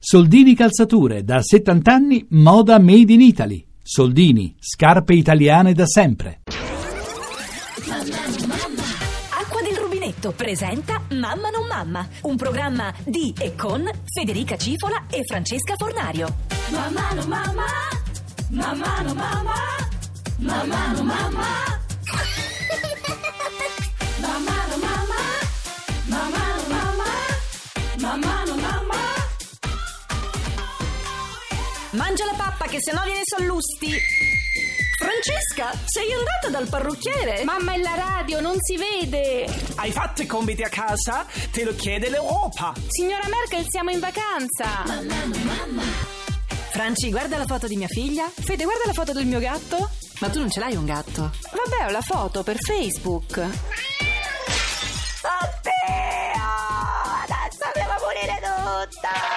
Soldini Calzature, da 70 anni, moda made in Italy. Soldini, scarpe italiane da sempre. Acqua del Rubinetto presenta Mamma non mamma, un programma di e con Federica Cifola e Francesca Fornario. Mamma non mamma, mamma non mamma, mamma non mamma, mamma non mamma, mamma non mamma, mamma non mamma. Mangia la pappa che sennò viene sallusti. Francesca, sei andata dal parrucchiere? Mamma, è la radio, non si vede. Hai fatto i compiti a casa? Te lo chiede l'Europa. Signora Merkel, siamo in vacanza. Mamma. Franci, guarda la foto di mia figlia. Fede, guarda la foto del mio gatto. Ma tu non ce l'hai un gatto? Vabbè, ho la foto per Facebook. Oddio, adesso devo pulire tutta.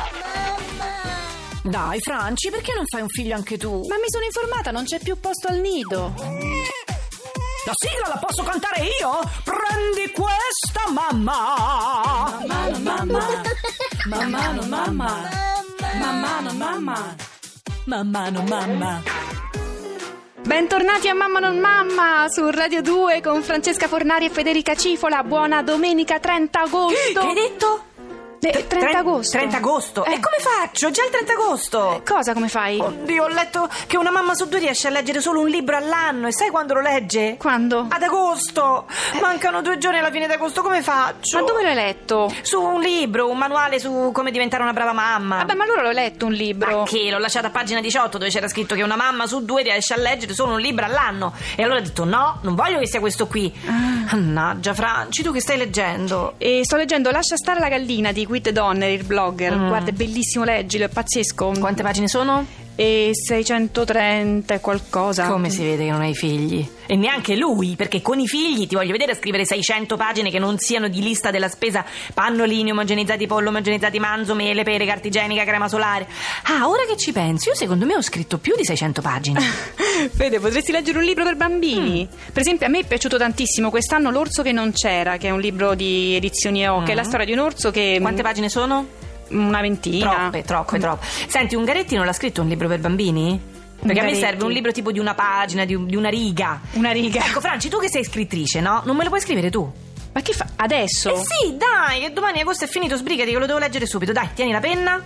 Dai, Franci, perché non fai un figlio anche tu? Ma mi sono informata, non c'è più posto al nido. La sigla la posso cantare io? Prendi questa, mamma. Mamma non mamma, mamma non mamma, mamma non mamma, Mamma non mamma. Bentornati a Mamma non mamma su Radio 2 con Francesca Fornari e Federica Cifola. Buona domenica 30 agosto. Che hai detto? 30 agosto. 30 agosto? E come faccio? Già il 30 agosto? Cosa, come fai? Oddio, ho letto che una mamma su due riesce a leggere solo un libro all'anno. E sai quando lo legge? Quando? Ad agosto. Mancano 2 giorni alla fine d'agosto, come faccio? Ma dove l'hai letto? Su un libro, un manuale su come diventare una brava mamma. Vabbè, ma allora l'ho letto un libro. Ma che? L'ho lasciata a pagina 18 dove c'era scritto che una mamma su 2 riesce a leggere solo un libro all'anno. E allora ho detto no, non voglio che sia questo qui. Mannaggia, Franci, tu che stai leggendo? E sto leggendo Lascia stare la gallina di Whit Donner, il blogger. Guarda, è bellissimo, leggilo, è pazzesco. Quante pagine sono? E 630 e qualcosa. Come si vede che non hai figli? E neanche lui, perché con i figli ti voglio vedere a scrivere 600 pagine che non siano di lista della spesa: pannolini omogenizzati, pollo omogenizzati, manzo, mele, pere, carta igienica, crema solare. Ah, ora che ci penso, io secondo me ho scritto più di 600 pagine. Fede, potresti leggere un libro per bambini. Per esempio, a me è piaciuto tantissimo quest'anno L'orso che non c'era, che è un libro di edizioni EO, che è la storia di un orso che... Quante pagine sono? Una ventina. Troppe. Senti, Ungaretti non l'ha scritto un libro per bambini? Perché Ungaretti. a me serve un libro tipo di una pagina, di una riga. Una riga. Ecco, Franci, tu che sei scrittrice, no? Non me lo puoi scrivere tu? Ma che fa? Adesso? Sì, dai, che domani agosto è finito, sbrigati che lo devo leggere subito. Dai, tieni la penna.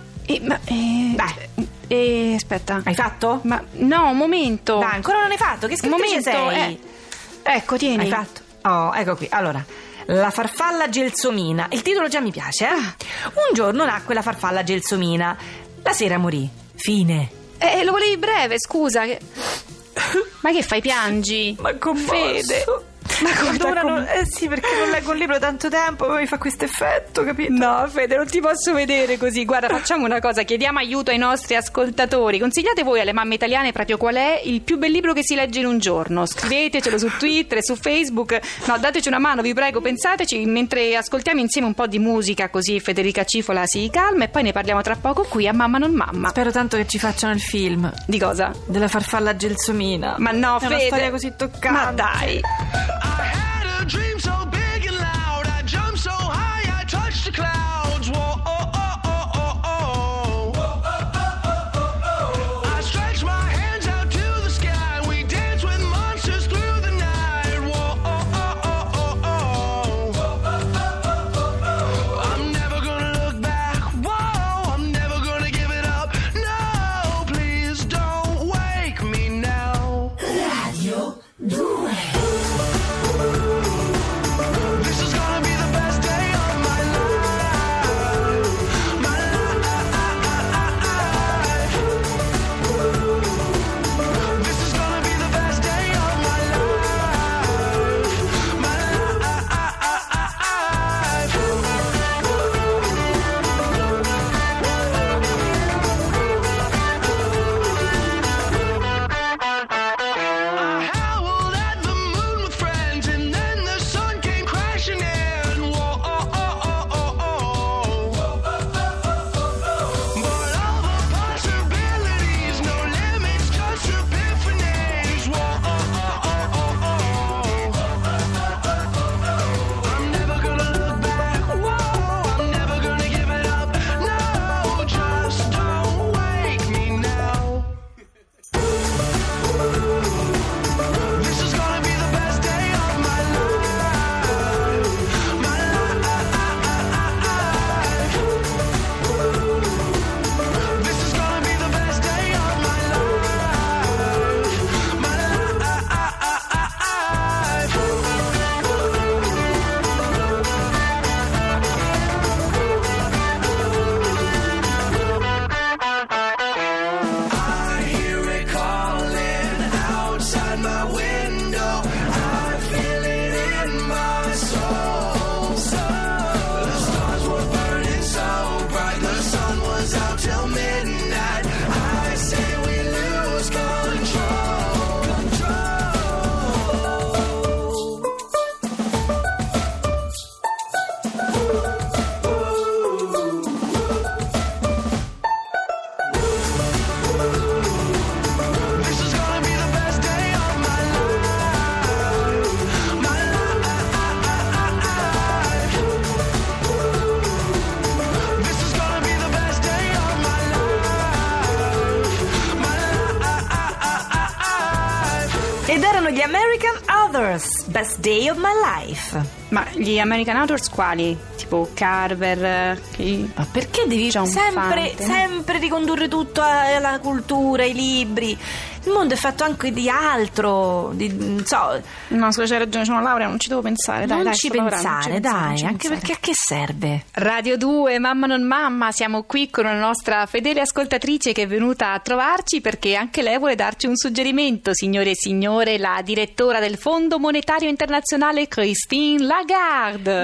Dai. Aspetta. Hai fatto? Ma no, un momento. Dai, ancora non hai fatto? Che scrittrice sei? Ecco, tieni. Hai fatto? Oh, ecco qui. Allora, La farfalla gelsomina. Il titolo già mi piace, Un giorno nacque la farfalla gelsomina. La sera morì. Fine. Lo volevi breve, scusa. Ma che fai, piangi? Ma commosso. Fede. Ma come sì, perché non leggo un libro tanto tempo, poi mi fa questo effetto, capito? No, Fede, non ti posso vedere così. Guarda, facciamo una cosa, chiediamo aiuto ai nostri ascoltatori. Consigliate voi alle mamme italiane proprio qual è il più bel libro che si legge in un giorno. Scrivetecelo su Twitter e su Facebook. No, dateci una mano, vi prego, pensateci mentre ascoltiamo insieme un po' di musica, così Federica Cifola si calma e poi ne parliamo tra poco qui a Mamma non mamma. Spero tanto che ci facciano il film. Di cosa? Della farfalla gelsomina. Ma no, è Fede. una storia così toccante. Ma dai. Dream so big and loud, I jump so high, I touch the clouds. Whoa, oh, oh, oh, oh, oh. Whoa, oh, oh, oh, oh, oh. I stretch my hands out to the sky. We dance with monsters through the night. Whoa, oh, oh, oh, oh, oh. Whoa, oh, oh, oh, oh. I'm never gonna look back. Whoa, I'm never gonna give it up. No, please don't wake me now. Radio 2. till midnight. I say we lose control. Ed erano gli American Authors, Best Day of My Life. Ma gli American Authors quali? Tipo Carver? Ma perché devi John Fante, no? sempre ricondurre tutto alla cultura, ai libri? Il mondo è fatto anche di altro, non so. No, scusa, c'hai ragione, c'è una laurea, non ci devo pensare. Non ci pensare, anche perché a che serve? Radio 2, Mamma non mamma, siamo qui con una nostra fedele ascoltatrice che è venuta a trovarci perché anche lei vuole darci un suggerimento, signore e signore, la direttora del Fondo Monetario Internazionale Christine Lagarde.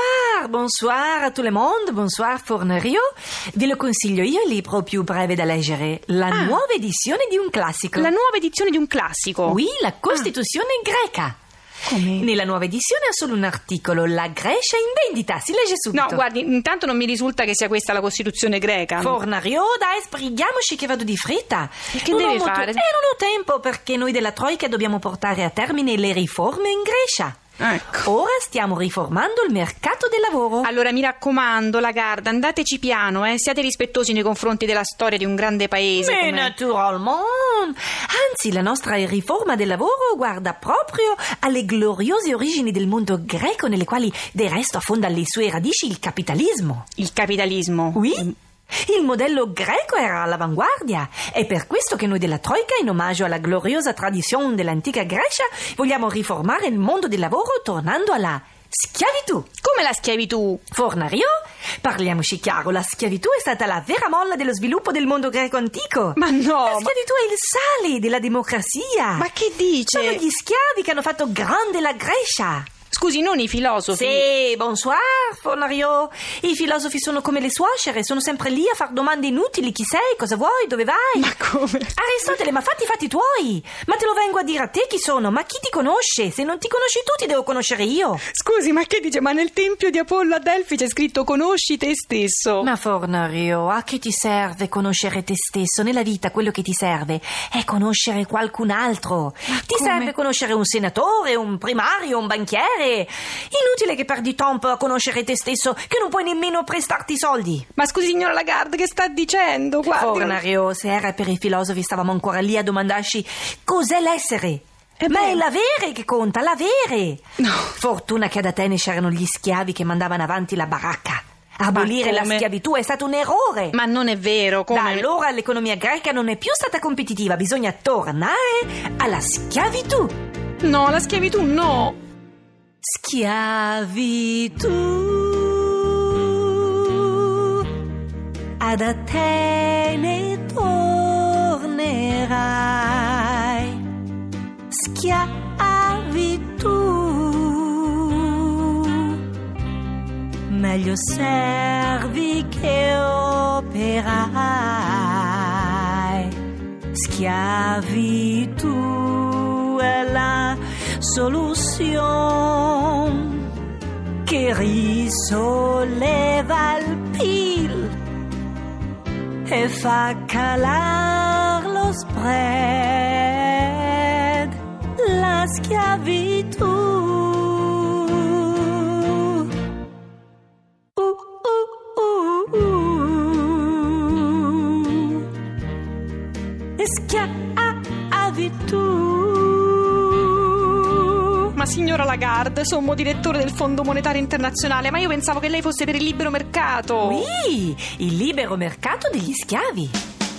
Bonsoir a tout le monde, bonsoir Fornario. Ve lo consiglio io il libro più breve da leggere, la nuova edizione di un classico. La nuova edizione di un classico? Oui, la Costituzione greca. Come? Nella nuova edizione ha solo un articolo, la Grecia in vendita, si legge subito. No, guardi, intanto non mi risulta che sia questa la Costituzione greca. Fornario, dai, sbrighiamoci che vado di fretta. E che deve fare? Non ho tempo perché noi della Troika dobbiamo portare a termine le riforme in Grecia. Ecco. Ora stiamo riformando il mercato del lavoro. Allora mi raccomando, Lagarde, andateci piano, siate rispettosi nei confronti della storia di un grande paese. Mais naturalmente. Anzi, la nostra riforma del lavoro guarda proprio alle gloriose origini del mondo greco, nelle quali del resto affonda le sue radici il capitalismo. Il capitalismo? Oui. Il modello greco era all'avanguardia. È per questo che noi della Troika, in omaggio alla gloriosa tradizione dell'antica Grecia, vogliamo riformare il mondo del lavoro tornando alla schiavitù. Come la schiavitù? Fornario, parliamoci chiaro, la schiavitù è stata la vera molla dello sviluppo del mondo greco antico. Ma no! La schiavitù è il sale della democrazia. Ma che dice? Sono gli schiavi che hanno fatto grande la Grecia. Scusi, non i filosofi? Sì, bonsoir, Fornario. I filosofi sono come le suocere, sono sempre lì a far domande inutili. Chi sei? Cosa vuoi? Dove vai? Ma come? Aristotele, ma fatti i fatti tuoi. Ma te lo vengo a dire a te chi sono? Ma chi ti conosce? Se non ti conosci tu, ti devo conoscere io. Scusi, ma che dice? Ma nel tempio di Apollo a Delfi c'è scritto conosci te stesso. Ma Fornario, a che ti serve conoscere te stesso? Nella vita quello che ti serve è conoscere qualcun altro. Ti serve conoscere un senatore, un primario, un banchiere. Inutile che perdi tempo a conoscere te stesso, che non puoi nemmeno prestarti soldi. Ma scusi, signora Lagarde, che sta dicendo? Guardi. Fornario, se era per i filosofi stavamo ancora lì a domandarci cos'è l'essere. Ma è l'avere che conta, l'avere. No. Fortuna che ad Atene c'erano gli schiavi che mandavano avanti la baracca. Abolire la schiavitù è stato un errore. Ma non è vero, come? Da allora l'economia greca non è più stata competitiva, bisogna tornare alla schiavitù. No, la schiavitù no. Schiavitù, ad Atene tornerai. Schiavitù, meglio servi che operai. Schiavitù è la soluzione che risolleva il PIL e fa calar lo spread, la schiavitù. Schiavitù. Ma signora Lagarde, sommo direttore del Fondo Monetario Internazionale, ma io pensavo che lei fosse per il libero mercato. Sì, il libero mercato degli schiavi.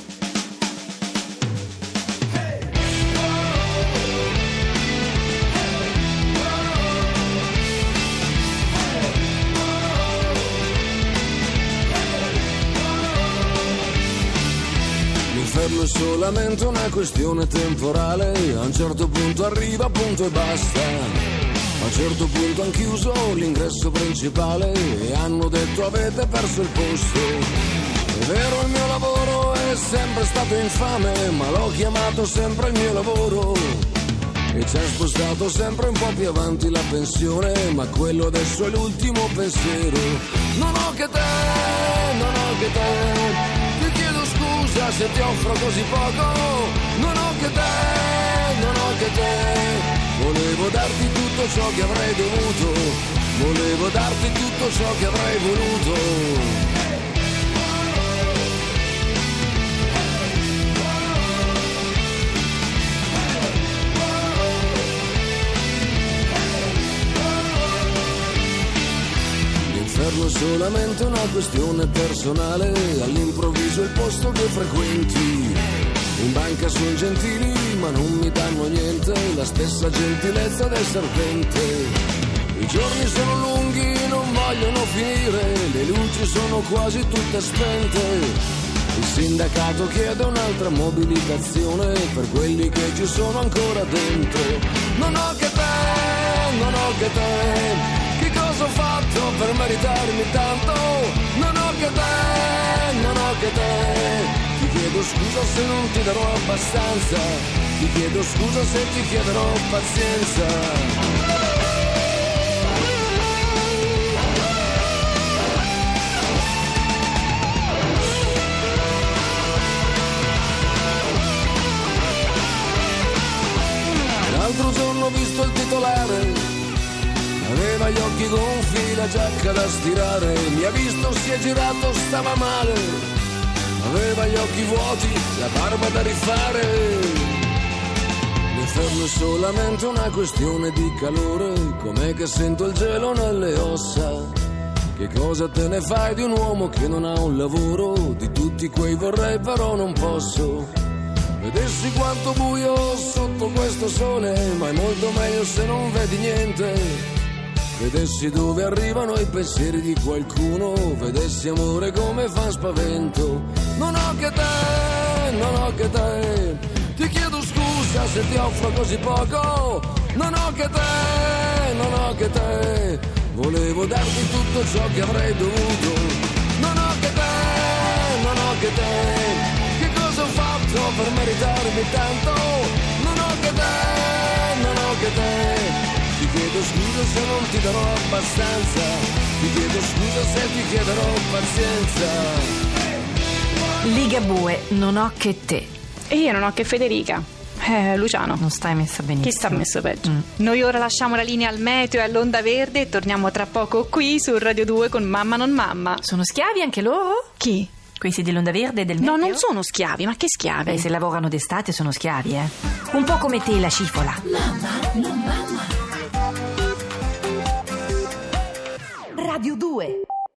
L'inferno è solamente una questione temporale, a un certo punto arriva, punto e basta. A un certo punto han chiuso l'ingresso principale e hanno detto avete perso il posto. È vero, il mio lavoro sempre stato infame, ma l'ho chiamato sempre il mio lavoro. E ci ha spostato sempre un po' più avanti la pensione, ma quello adesso è l'ultimo pensiero. Non ho che te, non ho che te, ti chiedo scusa se ti offro così poco. Non ho che te, non ho che te, volevo darti tutto ciò che avrei dovuto, volevo darti tutto ciò che avrei voluto. L'inferno è solamente una questione personale, all'improvviso il posto che frequenti. In banca sono gentili ma non mi danno niente, la stessa gentilezza del serpente. I giorni sono lunghi, non vogliono finire, le luci sono quasi tutte spente. Il sindacato chiede un'altra mobilitazione per quelli che ci sono ancora dentro. Non ho che te, non ho che te, che cosa ho fatto per meritarmi tanto? Non ho che te, non ho che te, ti chiedo scusa se non ti darò abbastanza, ti chiedo scusa se ti chiederò pazienza. L'altro giorno ho visto il titolare, aveva gli occhi gonfi, la giacca da stirare, mi ha visto, si è girato, stava male, aveva gli occhi vuoti, la barba da rifare. L'inferno è solamente una questione di calore, com'è che sento il gelo nelle ossa. Che cosa te ne fai di un uomo che non ha un lavoro? Di tutti quei vorrei però non posso. Vedessi quanto buio sotto questo sole, ma è molto meglio se non vedi niente. Vedessi dove arrivano i pensieri di qualcuno, vedessi amore come fa spavento. Non ho che te, non ho che te, ti chiedo scusa se ti offro così poco. Non ho che te, non ho che te, volevo darti tutto ciò che avrei dovuto. Non ho che te, non ho che te, che cosa ho fatto per meritarmi tanto? Non ho che te, non ho che te, ti chiedo scusa se non ti darò abbastanza, ti chiedo scusa se ti chiederò pazienza. Ligabue, non ho che te. E io non ho che Federica. Luciano, Non stai messa benissimo. chi sta messo peggio? Noi ora lasciamo la linea al meteo e all'onda verde e torniamo tra poco qui su Radio 2 con Mamma non mamma. Sono schiavi anche loro? Chi? Questi dell'onda verde e del meteo? No, non sono schiavi, ma che schiavi? Beh, se lavorano d'estate sono schiavi, Un po' come te, la cifola. Mamma non mamma. Radio 2